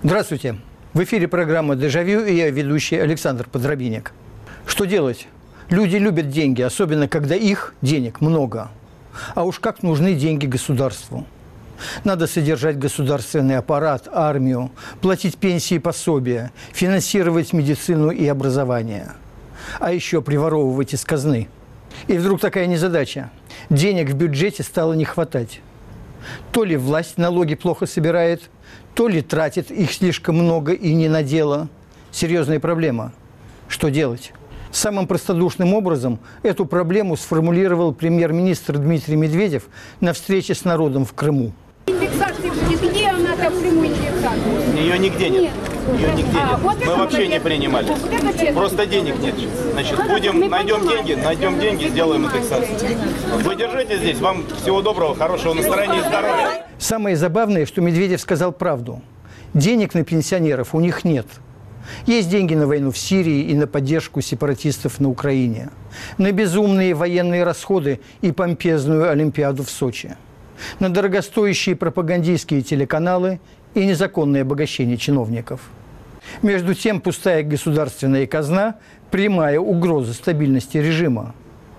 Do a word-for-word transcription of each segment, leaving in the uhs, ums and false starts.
Здравствуйте. В эфире программа «Дежавю» и я ведущий Александр Подробинник. Что делать? Люди любят деньги, особенно когда их, денег, много. А уж как нужны деньги государству. Надо содержать государственный аппарат, армию, платить пенсии и пособия, финансировать медицину и образование. А еще приворовывать из казны. И вдруг такая незадача. Денег в бюджете стало не хватать. То ли власть налоги плохо собирает, то ли тратит их слишком много и не на дело. Серьезная проблема. Что делать? Самым простодушным образом эту проблему сформулировал премьер-министр Дмитрий Медведев на встрече с народом в Крыму. Индексация будет. Где она там в Крыму индексация? Ее нигде нет. Нет. Ее нигде А, нет. вот Мы вообще говорят. не принимали. Вот это честно. Просто денег нет. Значит, будем, найдем деньги, найдем деньги, сделаем индексацию. Вы держите здесь. Вам всего доброго, хорошего настроения и здоровья. Самое забавное, что Медведев сказал правду. Денег на пенсионеров у них нет. Есть деньги на войну в Сирии и на поддержку сепаратистов на Украине, на безумные военные расходы и помпезную Олимпиаду в Сочи, на дорогостоящие пропагандистские телеканалы и незаконное обогащение чиновников. Между тем, пустая государственная казна – прямая угроза стабильности режима.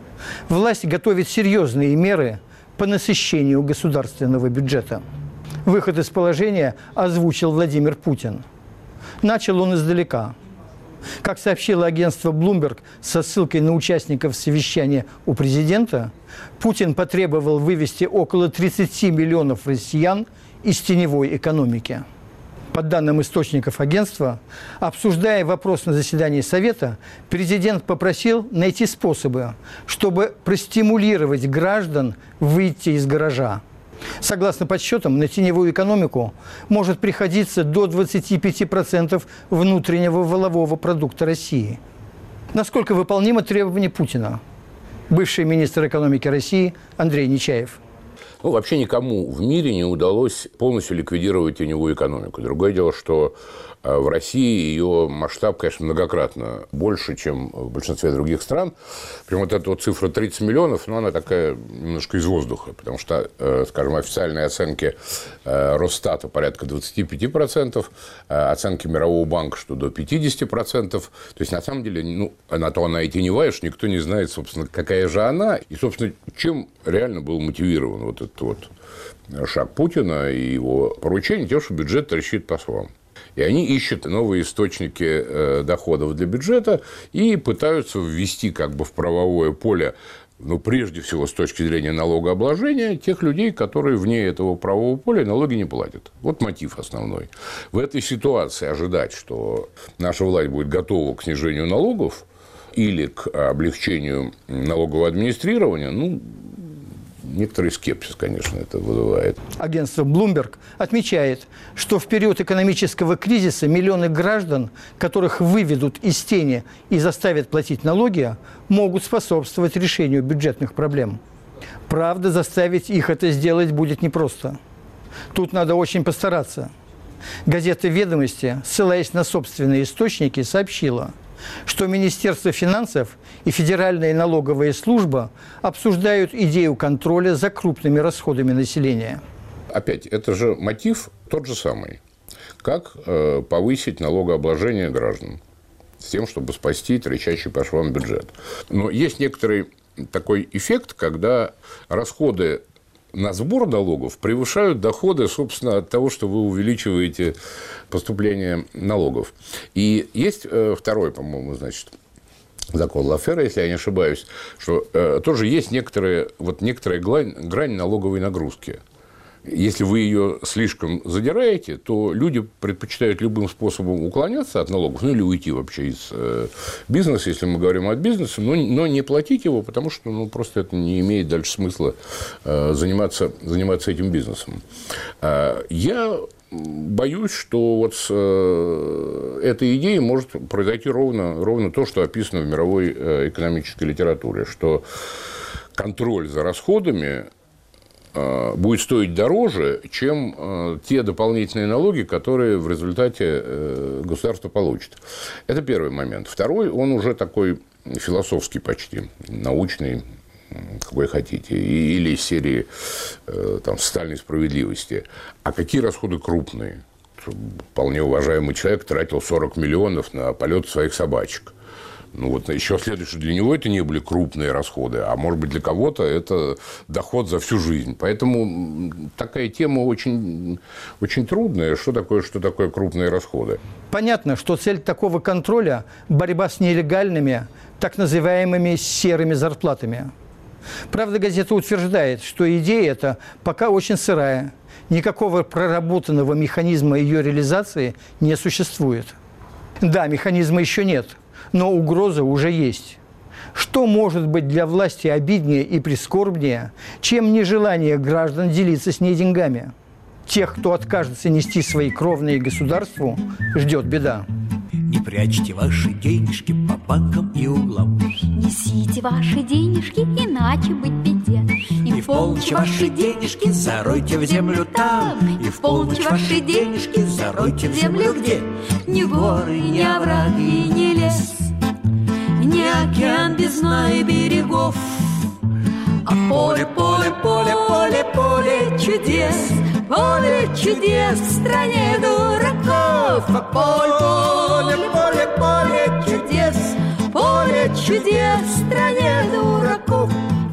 Власть готовит серьезные меры по насыщению государственного бюджета. Выход из положения озвучил Владимир Путин. Начал он издалека. Как сообщило агентство Bloomberg со ссылкой на участников совещания у президента, Путин потребовал вывести около тридцати миллионов россиян из теневой экономики. По данным источников агентства, обсуждая вопрос на заседании Совета, президент попросил найти способы, чтобы простимулировать граждан выйти из гаража. Согласно подсчетам, на теневую экономику может приходиться до двадцати пяти процентов внутреннего валового продукта России. Насколько выполнимо требование Путина? Бывший министр экономики России Андрей Нечаев. Ну, вообще никому в мире не удалось полностью ликвидировать теневую экономику. Другое дело, что в России ее масштаб, конечно, многократно больше, чем в большинстве других стран. Прям вот эта вот цифра тридцать миллионов, но она такая немножко из воздуха, потому что, скажем, официальные оценки Росстата порядка двадцати пяти процентов, оценки Мирового банка, что до пятидесяти процентов. То есть, на самом деле, ну, на то она и теневая, что никто не знает, собственно, какая же она. И, собственно, чем реально был мотивирован вот этот вот шаг Путина и его поручение, тем, что бюджет трещит по швам. И они ищут новые источники э, доходов для бюджета и пытаются ввести как бы в правовое поле, ну, прежде всего, с точки зрения налогообложения, тех людей, которые вне этого правового поля налоги не платят. Вот мотив основной. В этой ситуации ожидать, что наша власть будет готова к снижению налогов или к облегчению налогового администрирования, ну, некоторый скепсис, конечно, это вызывает. Агентство Bloomberg отмечает, что в период экономического кризиса миллионы граждан, которых выведут из тени и заставят платить налоги, могут способствовать решению бюджетных проблем. Правда, заставить их это сделать будет непросто. Тут надо очень постараться. Газета «Ведомости», ссылаясь на собственные источники, сообщила, что Министерство финансов и Федеральная налоговая служба обсуждают идею контроля за крупными расходами населения. Опять, это же мотив тот же самый. Как э, повысить налогообложение граждан с тем, чтобы спасти трещащий по швам бюджет. Но есть некоторый такой эффект, когда расходы на сбор налогов превышают доходы, собственно, от того, что вы увеличиваете поступление налогов. И есть второй, по-моему, значит, закон Лафера, если я не ошибаюсь, что э, тоже есть некоторые, вот некоторая грань, грань налоговой нагрузки. Если вы ее слишком задираете, то люди предпочитают любым способом уклоняться от налогов, ну или уйти вообще из э, бизнеса, если мы говорим о бизнесе, но, но не платить его, потому что ну, просто это не имеет дальше смысла э, заниматься, заниматься этим бизнесом. Э, я боюсь, что вот с э, этой идеей может произойти ровно, ровно то, что описано в мировой э, экономической литературе, что контроль за расходами будет стоить дороже, чем те дополнительные налоги, которые в результате государство получит. Это первый момент. Второй, он уже такой философский почти, научный, какой хотите, или из серии там, социальной справедливости. А какие расходы крупные? вполне уважаемый человек тратил сорок миллионов на полет своих собачек. Ну, вот еще следующее, для него это не были крупные расходы, а может быть, для кого-то это доход за всю жизнь. Поэтому такая тема очень, очень трудная. Что такое, что такое крупные расходы? Понятно, что цель такого контроля – борьба с нелегальными, так называемыми серыми зарплатами. Правда, газета утверждает, что идея эта пока очень сырая. Никакого проработанного механизма ее реализации не существует. Да, механизма еще нет, но угроза уже есть. Что может быть для власти обиднее и прискорбнее, чем нежелание граждан делиться с ней деньгами? Тех, кто откажется нести свои кровные государству, ждет беда. Не прячьте ваши денежки по банкам и углам. Несите ваши денежки, иначе быть беде. И в полночь ваши денежки заройте в землю там. И в полночь ваши денежки заройте в землю где? Ни горы, ни овраги, ни лес, ни океан без дна и берегов, а поле, поле, поле, поле, поле чудес, поле чудес в стране дураков. А поле, поле, поле, поле чудес, поле чудес в стране дураков.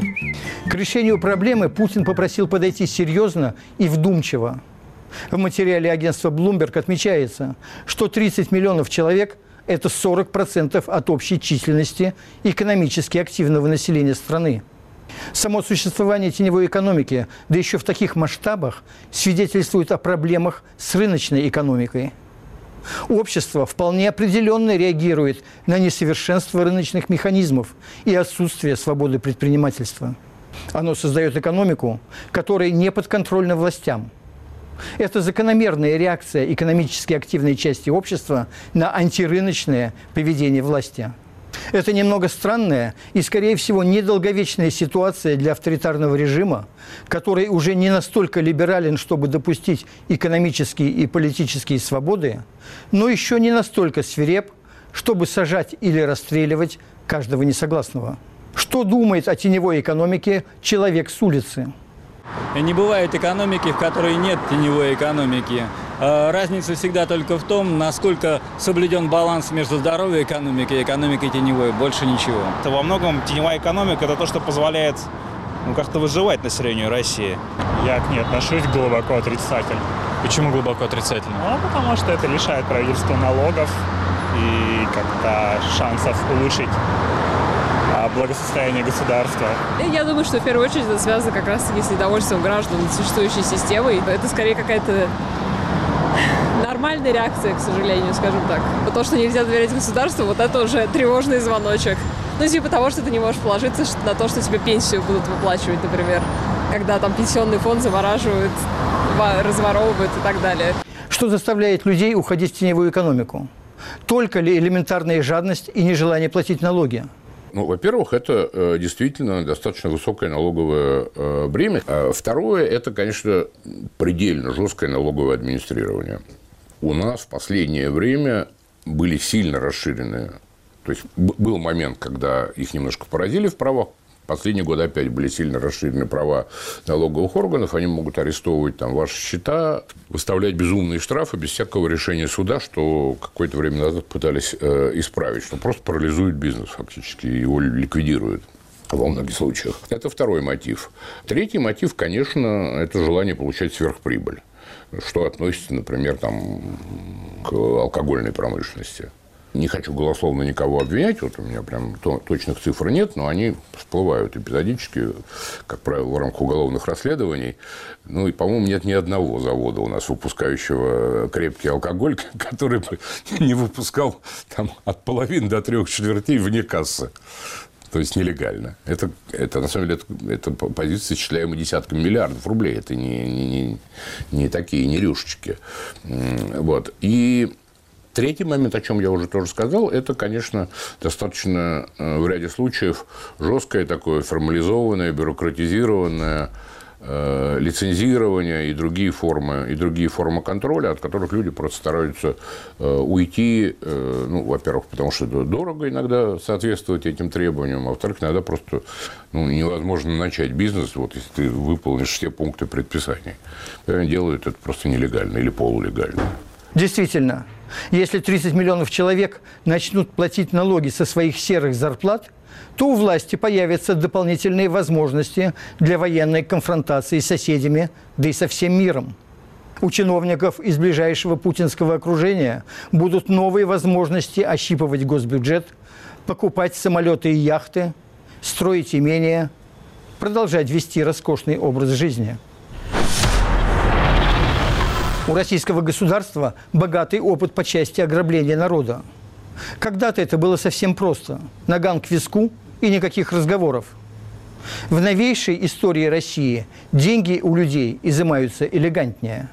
К решению проблемы Путин попросил подойти серьезно и вдумчиво. В материале агентства Bloomberg отмечается, что тридцать миллионов человек – это сорок процентов от общей численности экономически активного населения страны. Само существование теневой экономики, да еще в таких масштабах, свидетельствует о проблемах с рыночной экономикой. Общество вполне определенно реагирует на несовершенство рыночных механизмов и отсутствие свободы предпринимательства. Оно создает экономику, которая не подконтрольна властям. Это закономерная реакция экономически активной части общества на антирыночное поведение власти. Это немного странная и, скорее всего, недолговечная ситуация для авторитарного режима, который уже не настолько либерален, чтобы допустить экономические и политические свободы, но еще не настолько свиреп, чтобы сажать или расстреливать каждого несогласного. Что думает о теневой экономике человек с улицы? Не бывает экономики, в которой нет теневой экономики. Разница всегда только в том, насколько соблюден баланс между здоровой экономикой и экономикой теневой. Больше ничего. Это во многом теневая экономика – это то, что позволяет ну, как-то выживать населению России. Я к ней отношусь глубоко отрицательно. Почему глубоко отрицательно? Ну, потому что это лишает правительства налогов и как-то шансов улучшить благосостояние государства. Я думаю, что в первую очередь это связано как раз-таки с недовольством граждан существующей системой. Это скорее какая-то нормальная реакция, к сожалению, скажем так. То, что нельзя доверять государству, вот это уже тревожный звоночек. Ну, типа того, что ты не можешь положиться на то, что тебе пенсию будут выплачивать, например, когда там пенсионный фонд замораживают, разворовывают и так далее. Что заставляет людей уходить в теневую экономику? Только ли элементарная жадность и нежелание платить налоги? Ну, во-первых, это э, действительно достаточно высокое налоговое э, бремя. А второе – это, конечно, предельно жесткое налоговое администрирование. У нас в последнее время были сильно расширены. То есть, был момент, когда их немножко поразили в правах. Последние годы опять были сильно расширены права налоговых органов. Они могут арестовывать там ваши счета, выставлять безумные штрафы без всякого решения суда, что какое-то время назад пытались э, исправить, что просто парализует бизнес фактически, его ликвидирует во многих случаях. Это второй мотив. Третий мотив, конечно, это желание получать сверхприбыль, что относится, например, там, к алкогольной промышленности. Не хочу голословно никого обвинять, вот у меня прям точных цифр нет, но они всплывают эпизодически, как правило, в рамках уголовных расследований. Ну, и, по-моему, нет ни одного завода у нас, выпускающего крепкий алкоголь, который бы не выпускал там, от половины до трех четвертей вне кассы. То есть, нелегально. Это, это на самом деле, это, это позиции, исчисляемые десятками миллиардов рублей. Это не, не, не, не такие, не рюшечки. Вот. И... Третий момент, о чем я уже тоже сказал, это, конечно, достаточно в ряде случаев жесткое такое формализованное, бюрократизированное э, лицензирование и другие формы, и другие формы контроля, от которых люди просто стараются э, уйти, э, ну, во-первых, потому что дорого иногда соответствовать этим требованиям, а во-вторых, иногда просто ну, невозможно начать бизнес, вот, если ты выполнишь все пункты предписаний. Делают это просто нелегально или полулегально. Действительно, если тридцать миллионов человек начнут платить налоги со своих серых зарплат, то у власти появятся дополнительные возможности для военной конфронтации с соседями, да и со всем миром. У чиновников из ближайшего путинского окружения будут новые возможности ощипывать госбюджет, покупать самолеты и яхты, строить имения, продолжать вести роскошный образ жизни. У российского государства богатый опыт по части ограбления народа. Когда-то это было совсем просто. Наган к виску и никаких разговоров. В новейшей истории России деньги у людей изымаются элегантнее.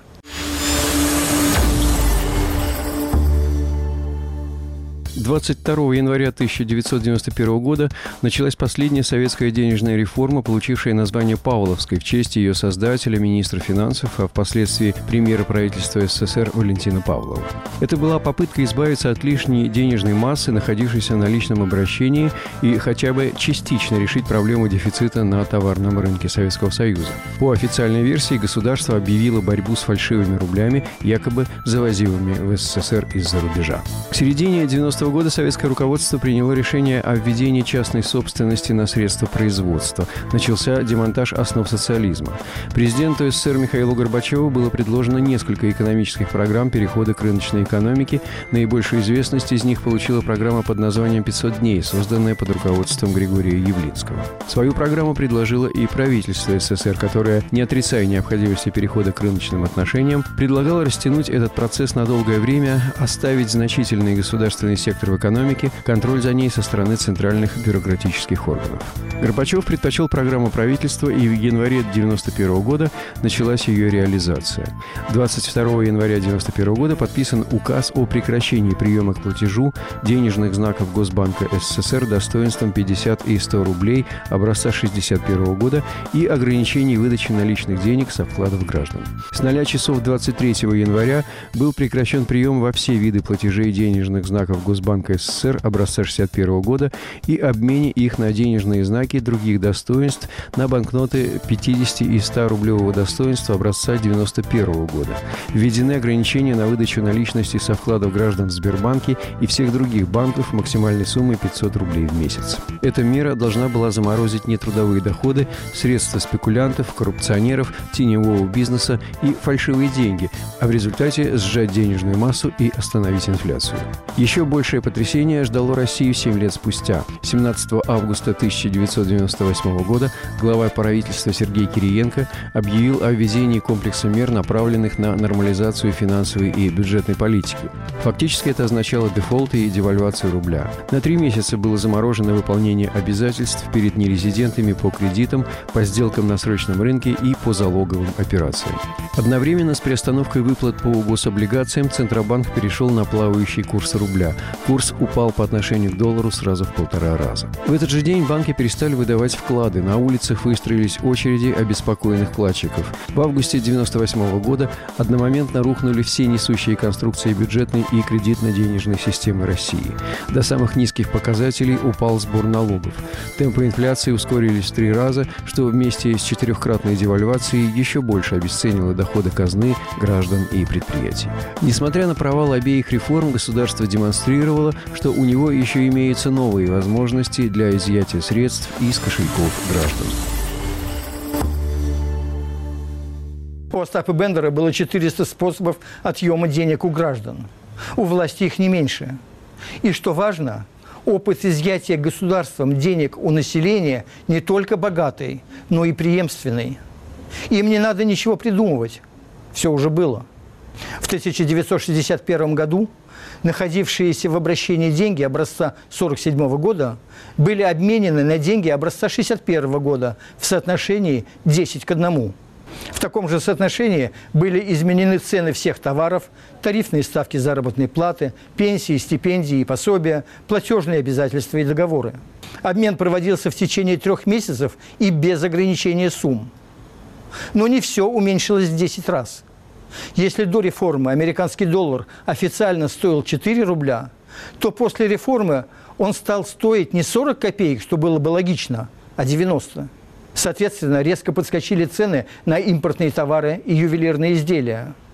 двадцать второго января тысяча девятьсот девяносто первого года началась последняя советская денежная реформа, получившая название Павловской в честь ее создателя, министра финансов, а впоследствии премьера правительства СССР Валентина Павлова. Это была попытка избавиться от лишней денежной массы, находившейся на личном обращении, и хотя бы частично решить проблему дефицита на товарном рынке Советского Союза. По официальной версии, государство объявило борьбу с фальшивыми рублями, якобы завозимыми в СССР из-за рубежа. К середине девяностого года советское руководство приняло решение о введении частной собственности на средства производства. Начался демонтаж основ социализма. Президенту СССР Михаилу Горбачеву было предложено несколько экономических программ перехода к рыночной экономике. Наибольшую известность из них получила программа под названием «пятьсот дней», созданная под руководством Григория Явлинского. Свою программу предложило и правительство СССР, которое, не отрицая необходимости перехода к рыночным отношениям, предлагало растянуть этот процесс на долгое время, оставить значительный государственный сектор в экономике, контроль за ней со стороны центральных бюрократических органов. Горбачев предпочел программу правительства, и в январе девяносто первого года началась ее реализация. двадцать второго января девяносто первого года подписан указ о прекращении приема к платежу денежных знаков Госбанка СССР достоинством пятьдесят и сто рублей образца шестьдесят первого года и ограничении выдачи наличных денег со вкладов граждан. С ноля часов двадцать третьего января был прекращен прием во все виды платежей денежных знаков Госбанка СССР образца шестьдесят первого года и обмене их на денежные знаки других достоинств на банкноты пятидесяти и ста рублевого достоинства образца девяносто первого года. Введены ограничения на выдачу наличности со вкладов граждан в Сбербанке и всех других банков максимальной суммой пятьсот рублей в месяц. Эта мера должна была заморозить нетрудовые доходы, средства спекулянтов, коррупционеров, теневого бизнеса и фальшивые деньги, а в результате сжать денежную массу и остановить инфляцию. Еще большее потрясение ждало Россию семь лет спустя. семнадцатого августа тысяча девятьсот девяносто восьмого года глава правительства Сергей Кириенко объявил о введении комплекса мер, направленных на нормализацию финансовой и бюджетной политики. Фактически это означало дефолт и девальвацию рубля. На три месяца было заморожено выполнение обязательств перед нерезидентами по кредитам, по сделкам на срочном рынке и по залоговым операциям. Одновременно с приостановкой выплат по гособлигациям Центробанк перешел на плавающий курс рубля. Курс упал по отношению к доллару сразу в полтора раза. В этот же день банки перестали выдавать вклады. На улицах выстроились очереди обеспокоенных вкладчиков. В августе девяносто восьмого года одномоментно рухнули все несущие конструкции бюджетной и кредитно-денежной системы России. До самых низких показателей упал сбор налогов. Темпы инфляции ускорились в три раза, что вместе с четырехкратной девальвацией еще больше обесценило доходы казны, граждан и предприятий. Несмотря на провал обеих реформ, государство демонстрировало, что у него еще имеются новые возможности для изъятия средств из кошельков граждан. У Остапа Бендера было четыреста способов отъема денег у граждан. У власти их не меньше. И что важно, опыт изъятия государством денег у населения не только богатый, но и преемственный. Им не надо ничего придумывать. Все уже было. В тысяча девятьсот шестьдесят первом году находившиеся в обращении деньги образца сорок седьмого года были обменены на деньги образца шестьдесят первого года в соотношении десять к одному. В таком же соотношении были изменены цены всех товаров, тарифные ставки заработной платы, пенсии, стипендии и пособия, платежные обязательства и договоры. Обмен проводился в течение трех месяцев и без ограничения сумм. Но не все уменьшилось в десять раз. Если до реформы американский доллар официально стоил четыре рубля, то после реформы он стал стоить не сорок копеек, что было бы логично, а девяносто. Соответственно, резко подскочили цены на импортные товары и ювелирные изделия.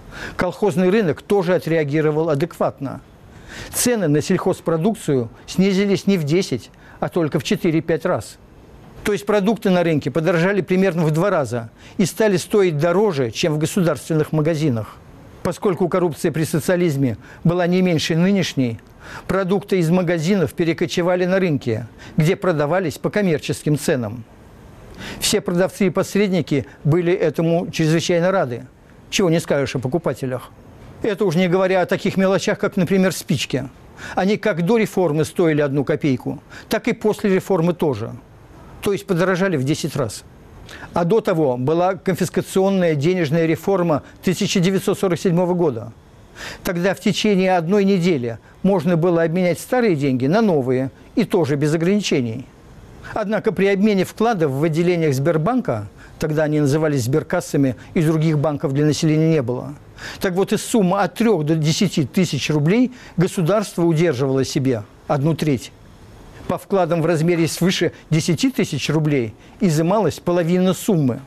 Колхозный рынок тоже отреагировал адекватно. Цены на сельхозпродукцию снизились не в десять, а только в четыре-пять раз. То есть продукты на рынке подорожали примерно в два раза и стали стоить дороже, чем в государственных магазинах. Поскольку коррупция при социализме была не меньше нынешней, продукты из магазинов перекочевали на рынки, где продавались по коммерческим ценам. Все продавцы и посредники были этому чрезвычайно рады. Чего не скажешь о покупателях. Это уж не говоря о таких мелочах, как, например, спички. Они как до реформы стоили одну копейку, так и после реформы тоже. То есть подорожали в десять раз. А до того была конфискационная денежная реформа тысяча девятьсот сорок седьмого года. Тогда в течение одной недели можно было обменять старые деньги на новые, и тоже без ограничений. Однако при обмене вкладов в отделениях Сбербанка, тогда они назывались сберкассами, и других банков для населения не было, так вот из суммы от трёх до десяти тысяч рублей государство удерживало себе одну треть. По вкладам в размере свыше десяти тысяч рублей изымалась половина суммы.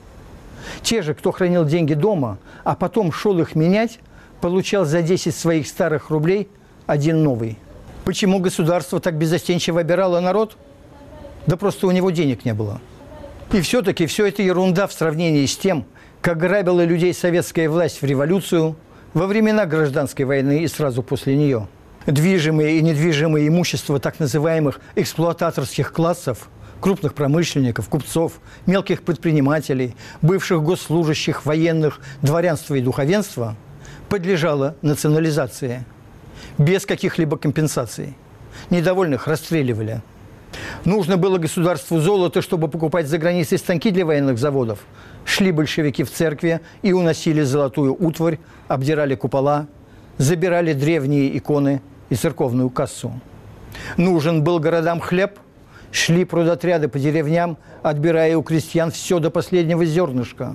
Те же, кто хранил деньги дома, а потом шел их менять, получал за десять своих старых рублей один новый. Почему государство так беззастенчиво обирало народ? Да просто у него денег не было. И все-таки все это ерунда в сравнении с тем, как грабила людей советская власть в революцию, во времена гражданской войны и сразу после нее. Движимое и недвижимое имущество так называемых эксплуататорских классов, крупных промышленников, купцов, мелких предпринимателей, бывших госслужащих, военных, дворянства и духовенства подлежало национализации без каких-либо компенсаций. Недовольных расстреливали. Нужно было государству золото, чтобы покупать за границей станки для военных заводов. Шли большевики в церкви и уносили золотую утварь, обдирали купола, забирали древние иконы и церковную кассу. Нужен был городам хлеб, шли продотряды по деревням, отбирая у крестьян все до последнего зернышка.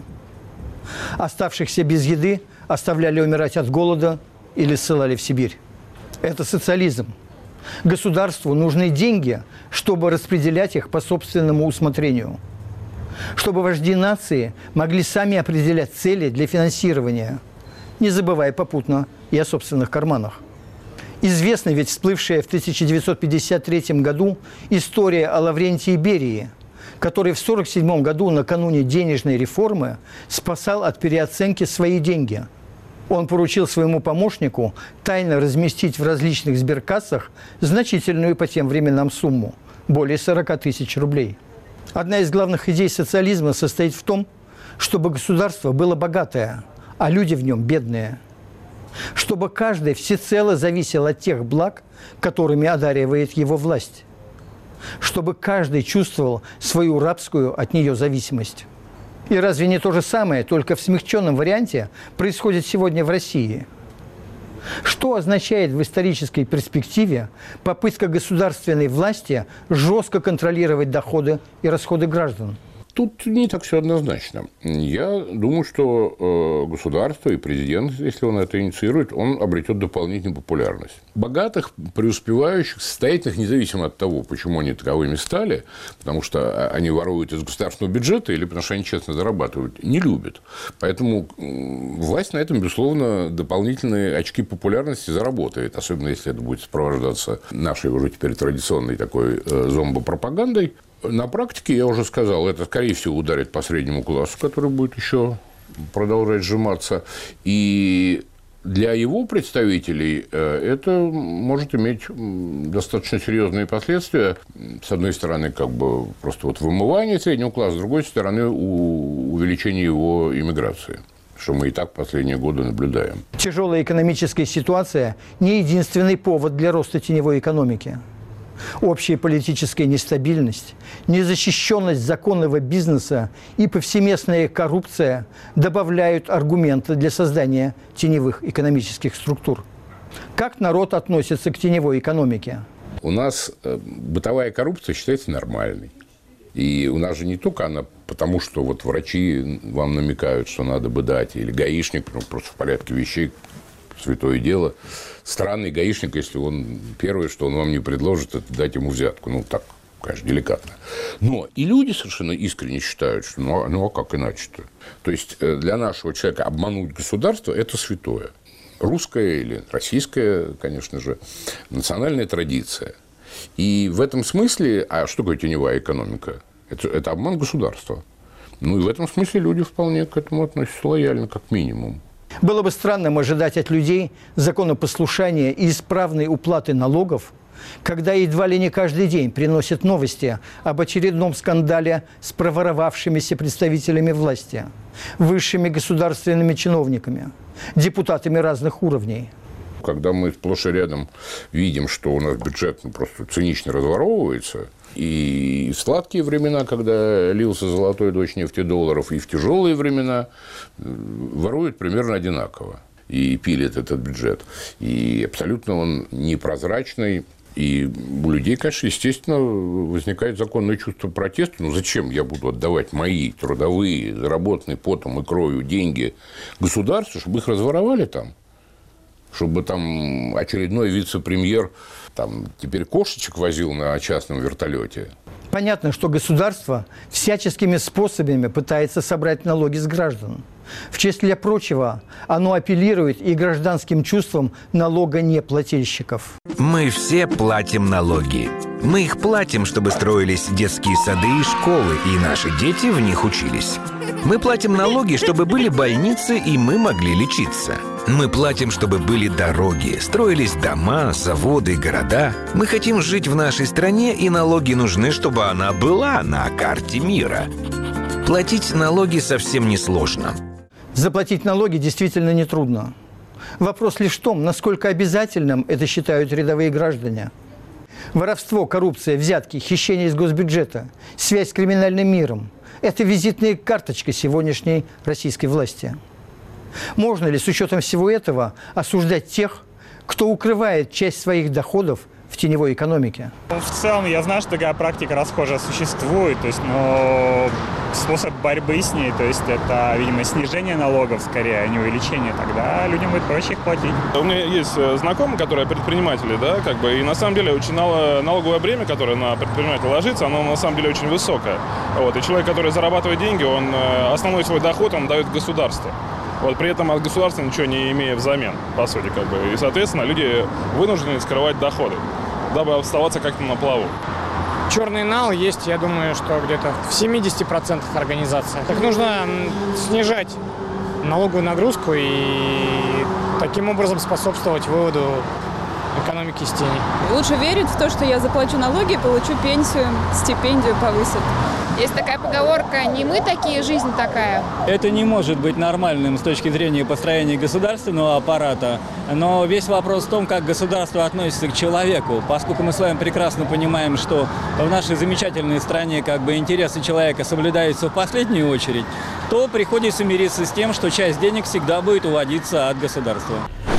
Оставшихся без еды оставляли умирать от голода или ссылали в Сибирь. Это социализм. Государству нужны деньги, чтобы распределять их по собственному усмотрению. Чтобы вожди нации могли сами определять цели для финансирования, не забывая попутно и о собственных карманах. Известна ведь всплывшая в тысяча девятьсот пятьдесят третьем году история о Лаврентии Берии, который в сорок седьмом году накануне денежной реформы спасал от переоценки свои деньги. Он поручил своему помощнику тайно разместить в различных сберкассах значительную по тем временам сумму – более сорока тысяч рублей. Одна из главных идей социализма состоит в том, чтобы государство было богатое, а люди в нем бедные. Чтобы каждый всецело зависел от тех благ, которыми одаривает его власть. Чтобы каждый чувствовал свою рабскую от нее зависимость. И разве не то же самое, только в смягченном варианте, происходит сегодня в России? Что означает в исторической перспективе попытка государственной власти жестко контролировать доходы и расходы граждан? Тут не так все однозначно. Я думаю, что государство и президент, если он это инициирует, он обретет дополнительную популярность. Богатых, преуспевающих, состоятельных, независимо от того, почему они таковыми стали, потому что они воруют из государственного бюджета или потому что они честно зарабатывают, не любят. Поэтому власть на этом, безусловно, дополнительные очки популярности заработает, особенно если это будет сопровождаться нашей уже теперь традиционной такой зомбопропагандой. На практике, я уже сказал, это, скорее всего, ударит по среднему классу, который будет еще продолжать сжиматься. И для его представителей это может иметь достаточно серьезные последствия. С одной стороны, как бы просто вот вымывание среднего класса, с другой стороны, увеличение его иммиграции, что мы и так последние годы наблюдаем. Тяжелая экономическая ситуация – не единственный повод для роста теневой экономики. Общая политическая нестабильность, незащищенность законного бизнеса и повсеместная коррупция добавляют аргументы для создания теневых экономических структур. Как народ относится к теневой экономике? У нас бытовая коррупция считается нормальной. И у нас же не только она, потому что вот врачи вам намекают, что надо бы дать, или гаишник, ну, просто в порядке вещей, святое дело. Странный гаишник, если он первое, что он вам не предложит, это дать ему взятку. Ну, так, конечно, деликатно. Но и люди совершенно искренне считают, что ну, ну а как иначе-то? То есть для нашего человека обмануть государство – это святое. Русская или российская, конечно же, национальная традиция. И в этом смысле, а что такое теневая экономика? Это, это обман государства. Ну и в этом смысле люди вполне к этому относятся лояльно, как минимум. Было бы странным ожидать от людей законопослушания и исправной уплаты налогов, когда едва ли не каждый день приносят новости об очередном скандале с проворовавшимися представителями власти, высшими государственными чиновниками, депутатами разных уровней. Когда мы сплошь и рядом видим, что у нас бюджет ну, просто цинично разворовывается, и в сладкие времена, когда лился золотой дождь нефтедолларов, и в тяжелые времена воруют примерно одинаково и пилят этот бюджет. И абсолютно он непрозрачный. И у людей, конечно, естественно, возникает законное чувство протеста. Ну, зачем я буду отдавать мои трудовые, заработанные потом и кровью деньги государству, чтобы их разворовали там? Чтобы там очередной вице-премьер там, теперь кошечек возил на частном вертолете. Понятно, что государство всяческими способами пытается собрать налоги с граждан. В числе прочего, оно апеллирует и гражданским чувствам налогонеплательщиков. Мы все платим налоги. Мы их платим, чтобы строились детские сады и школы, и наши дети в них учились. Мы платим налоги, чтобы были больницы, и мы могли лечиться. Мы платим, чтобы были дороги, строились дома, заводы, города. Мы хотим жить в нашей стране, и налоги нужны, чтобы она была на карте мира. Платить налоги совсем не сложно. Заплатить налоги действительно нетрудно. Вопрос лишь в том, насколько обязательным это считают рядовые граждане. Воровство, коррупция, взятки, хищение из госбюджета, связь с криминальным миром – это визитная карточка сегодняшней российской власти. Можно ли с учетом всего этого осуждать тех, кто укрывает часть своих доходов в теневой экономике? В целом, я знаю, что такая практика расхожая существует, то есть, но способ борьбы с ней, то есть это, видимо, снижение налогов скорее, а не увеличение, тогда людям будет проще их платить. У меня есть знакомые, которые предприниматели, да, как бы, и на самом деле очень налоговое бремя, которое на предпринимателя ложится, оно на самом деле очень высокое. Вот, и человек, который зарабатывает деньги, он основной свой доход он дает государству. Вот, при этом от государства ничего не имея взамен, по сути, как бы. И, соответственно, люди вынуждены скрывать доходы, дабы оставаться как-то на плаву. Черный нал есть, я думаю, что где-то в семидесяти процентах организаций. Так нужно снижать налоговую нагрузку и таким образом способствовать выводу экономики из тени. Лучше верить в то, что я заплачу налоги, получу пенсию, стипендию повысят. Есть такая поговорка: не мы такие, жизнь такая. Это не может быть нормальным с точки зрения построения государственного аппарата, но весь вопрос в том, как государство относится к человеку. Поскольку мы с вами прекрасно понимаем, что в нашей замечательной стране как бы интересы человека соблюдаются в последнюю очередь, то приходится мириться с тем, что часть денег всегда будет уводиться от государства.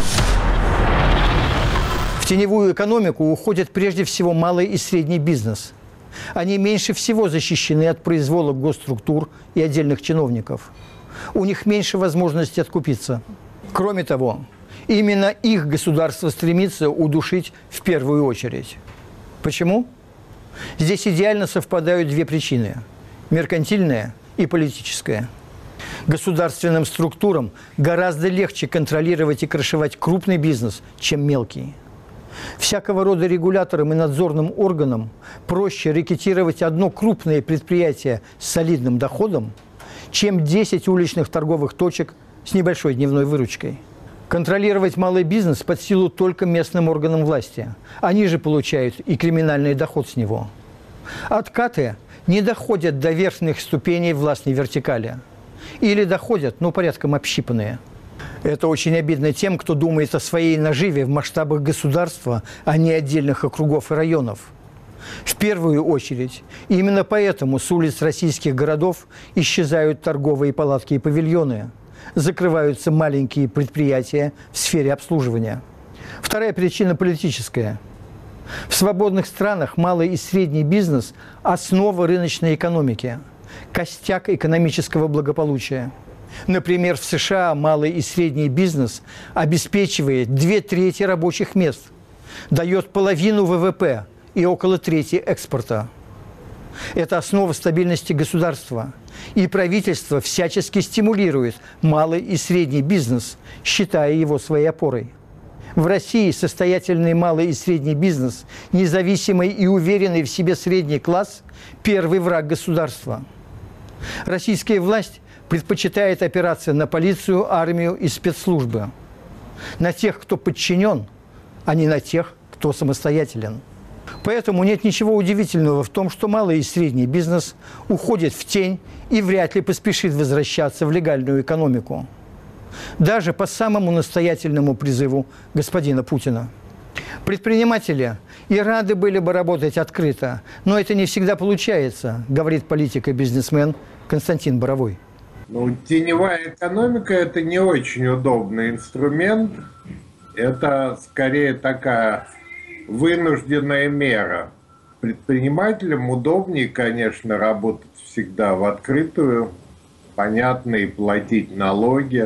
В теневую экономику уходит прежде всего малый и средний бизнес. Они меньше всего защищены от произвола госструктур и отдельных чиновников. У них меньше возможности откупиться. Кроме того, именно их государство стремится удушить в первую очередь. Почему? Здесь идеально совпадают две причины – меркантильная и политическая. Государственным структурам гораздо легче контролировать и крышевать крупный бизнес, чем мелкий. Всякого рода регуляторам и надзорным органам проще рекетировать одно крупное предприятие с солидным доходом, чем десять уличных торговых точек с небольшой дневной выручкой. Контролировать малый бизнес под силу только местным органам власти. Они же получают и криминальный доход с него. Откаты не доходят до верхних ступеней властной вертикали. Или доходят, но порядком общипанные. Это очень обидно тем, кто думает о своей наживе в масштабах государства, а не отдельных округов и районов. В первую очередь, именно поэтому с улиц российских городов исчезают торговые палатки и павильоны, закрываются маленькие предприятия в сфере обслуживания. Вторая причина политическая. В свободных странах малый и средний бизнес – основа рыночной экономики, костяк экономического благополучия. Например, в США малый и средний бизнес обеспечивает две трети рабочих мест, дает половину вэ вэ пэ и около трети экспорта. Это основа стабильности государства. И правительство всячески стимулирует малый и средний бизнес, считая его своей опорой. В России состоятельный малый и средний бизнес, независимый и уверенный в себе средний класс – первый враг государства. Российская власть предпочитает опираться на полицию, армию и спецслужбы. На тех, кто подчинен, а не на тех, кто самостоятелен. Поэтому нет ничего удивительного в том, что малый и средний бизнес уходит в тень и вряд ли поспешит возвращаться в легальную экономику. Даже по самому настоятельному призыву господина Путина. Предприниматели и рады были бы работать открыто, но это не всегда получается, говорит политик и бизнесмен Константин Боровой. Ну, теневая экономика – это не очень удобный инструмент. Это скорее такая вынужденная мера. Предпринимателям удобнее, конечно, работать всегда в открытую, понятно, и платить налоги.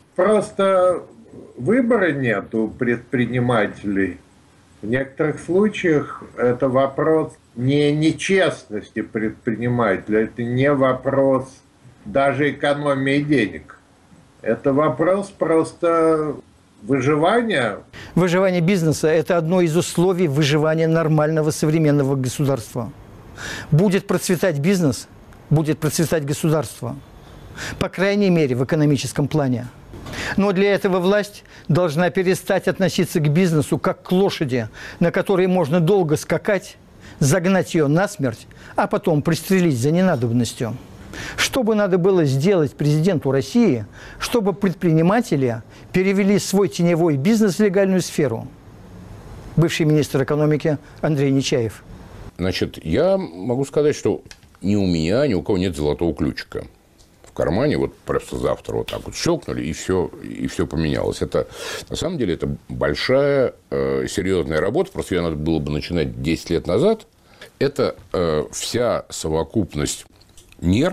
Просто выбора нет у предпринимателей. В некоторых случаях это вопрос не нечестности предпринимателя, это не вопрос даже экономии денег. Это вопрос просто выживания. Выживание бизнеса – это одно из условий выживания нормального современного государства. Будет процветать бизнес, будет процветать государство. По крайней мере, в экономическом плане. Но для этого власть должна перестать относиться к бизнесу как к лошади, на которой можно долго скакать, загнать ее насмерть, а потом пристрелить за ненадобностью. Что бы надо было сделать президенту России, чтобы предприниматели перевели свой теневой бизнес в легальную сферу? Бывший министр экономики Андрей Нечаев. Значит, я могу сказать, что ни у меня, ни у кого нет золотого ключика в кармане. Вот просто завтра вот так вот щелкнули, и все, и все поменялось. Это, на самом деле, это большая, э, серьезная работа. Просто ее надо было бы начинать десять лет назад. Это э, вся совокупность мер,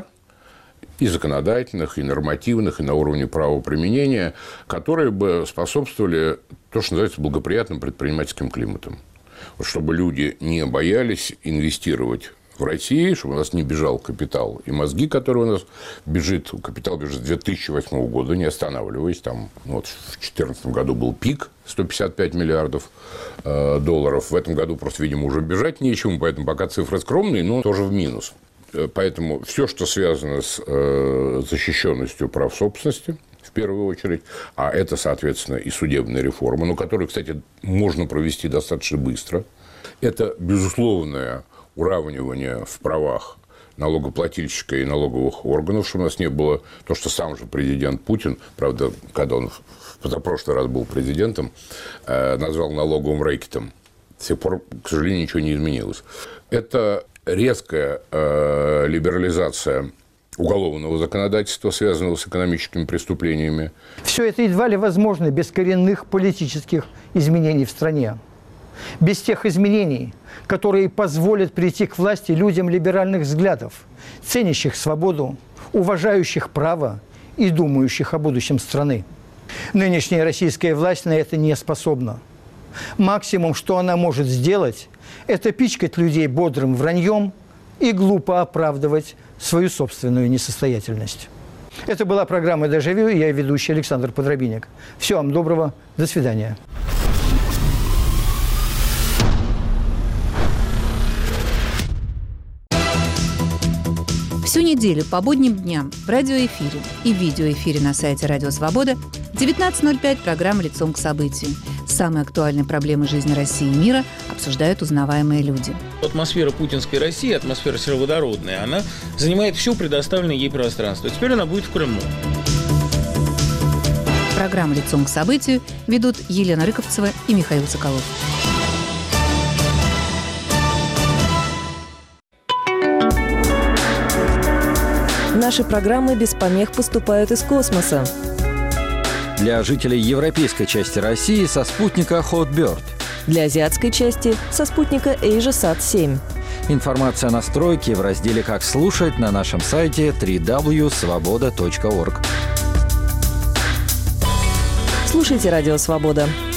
и законодательных, и нормативных, и на уровне правоприменения, которые бы способствовали то, что называется благоприятным предпринимательским климатом. Вот чтобы люди не боялись инвестировать в России, чтобы у нас не бежал капитал и мозги, которые у нас бежит. Капитал бежит с две тысячи восьмого года, не останавливаясь. Там, вот, в две тысячи четырнадцатом году был пик сто пятьдесят пять миллиардов э, долларов. В этом году просто, видимо, уже бежать нечему, поэтому пока цифры скромные, но тоже в минус. Поэтому все, что связано с э, защищенностью прав собственности, в первую очередь, а это, соответственно, и судебная реформа, но которую, кстати, можно провести достаточно быстро, это безусловное уравнивание в правах налогоплательщика и налоговых органов, чтобы у нас не было то, что сам же президент Путин, правда, когда он в позапрошлый раз был президентом, э, назвал налоговым рэкетом. С тех пор, к сожалению, ничего не изменилось. Это резкая э, либерализация уголовного законодательства, связанного с экономическими преступлениями. Все это едва ли возможно без коренных политических изменений в стране. Без тех изменений, которые позволят прийти к власти людям либеральных взглядов, ценящих свободу, уважающих право и думающих о будущем страны. Нынешняя российская власть на это не способна. Максимум, что она может сделать, это пичкать людей бодрым враньем и глупо оправдывать свою собственную несостоятельность. Это была программа «Дежавю», и я ведущий Александр Подробинник. Всего вам доброго, до свидания. Всю неделю по будним дням в радиоэфире и видеоэфире на сайте «Радио Свобода» в девятнадцать ноль пять программа «Лицом к событию». Самые актуальные проблемы жизни России и мира обсуждают узнаваемые люди. Атмосфера путинской России, атмосфера сероводородная, она занимает все предоставленное ей пространство. Теперь она будет в Крыму. Программу «Лицом к событию» ведут Елена Рыковцева и Михаил Соколов. Наши программы без помех поступают из космоса. Для жителей европейской части России со спутника Hotbird. Для азиатской части со спутника AsiaSat семь. Информация о настройке в разделе «Как слушать» на нашем сайте дабл-ю дабл ю дабл ю точка свобода точка орг. Слушайте «Радио Свобода».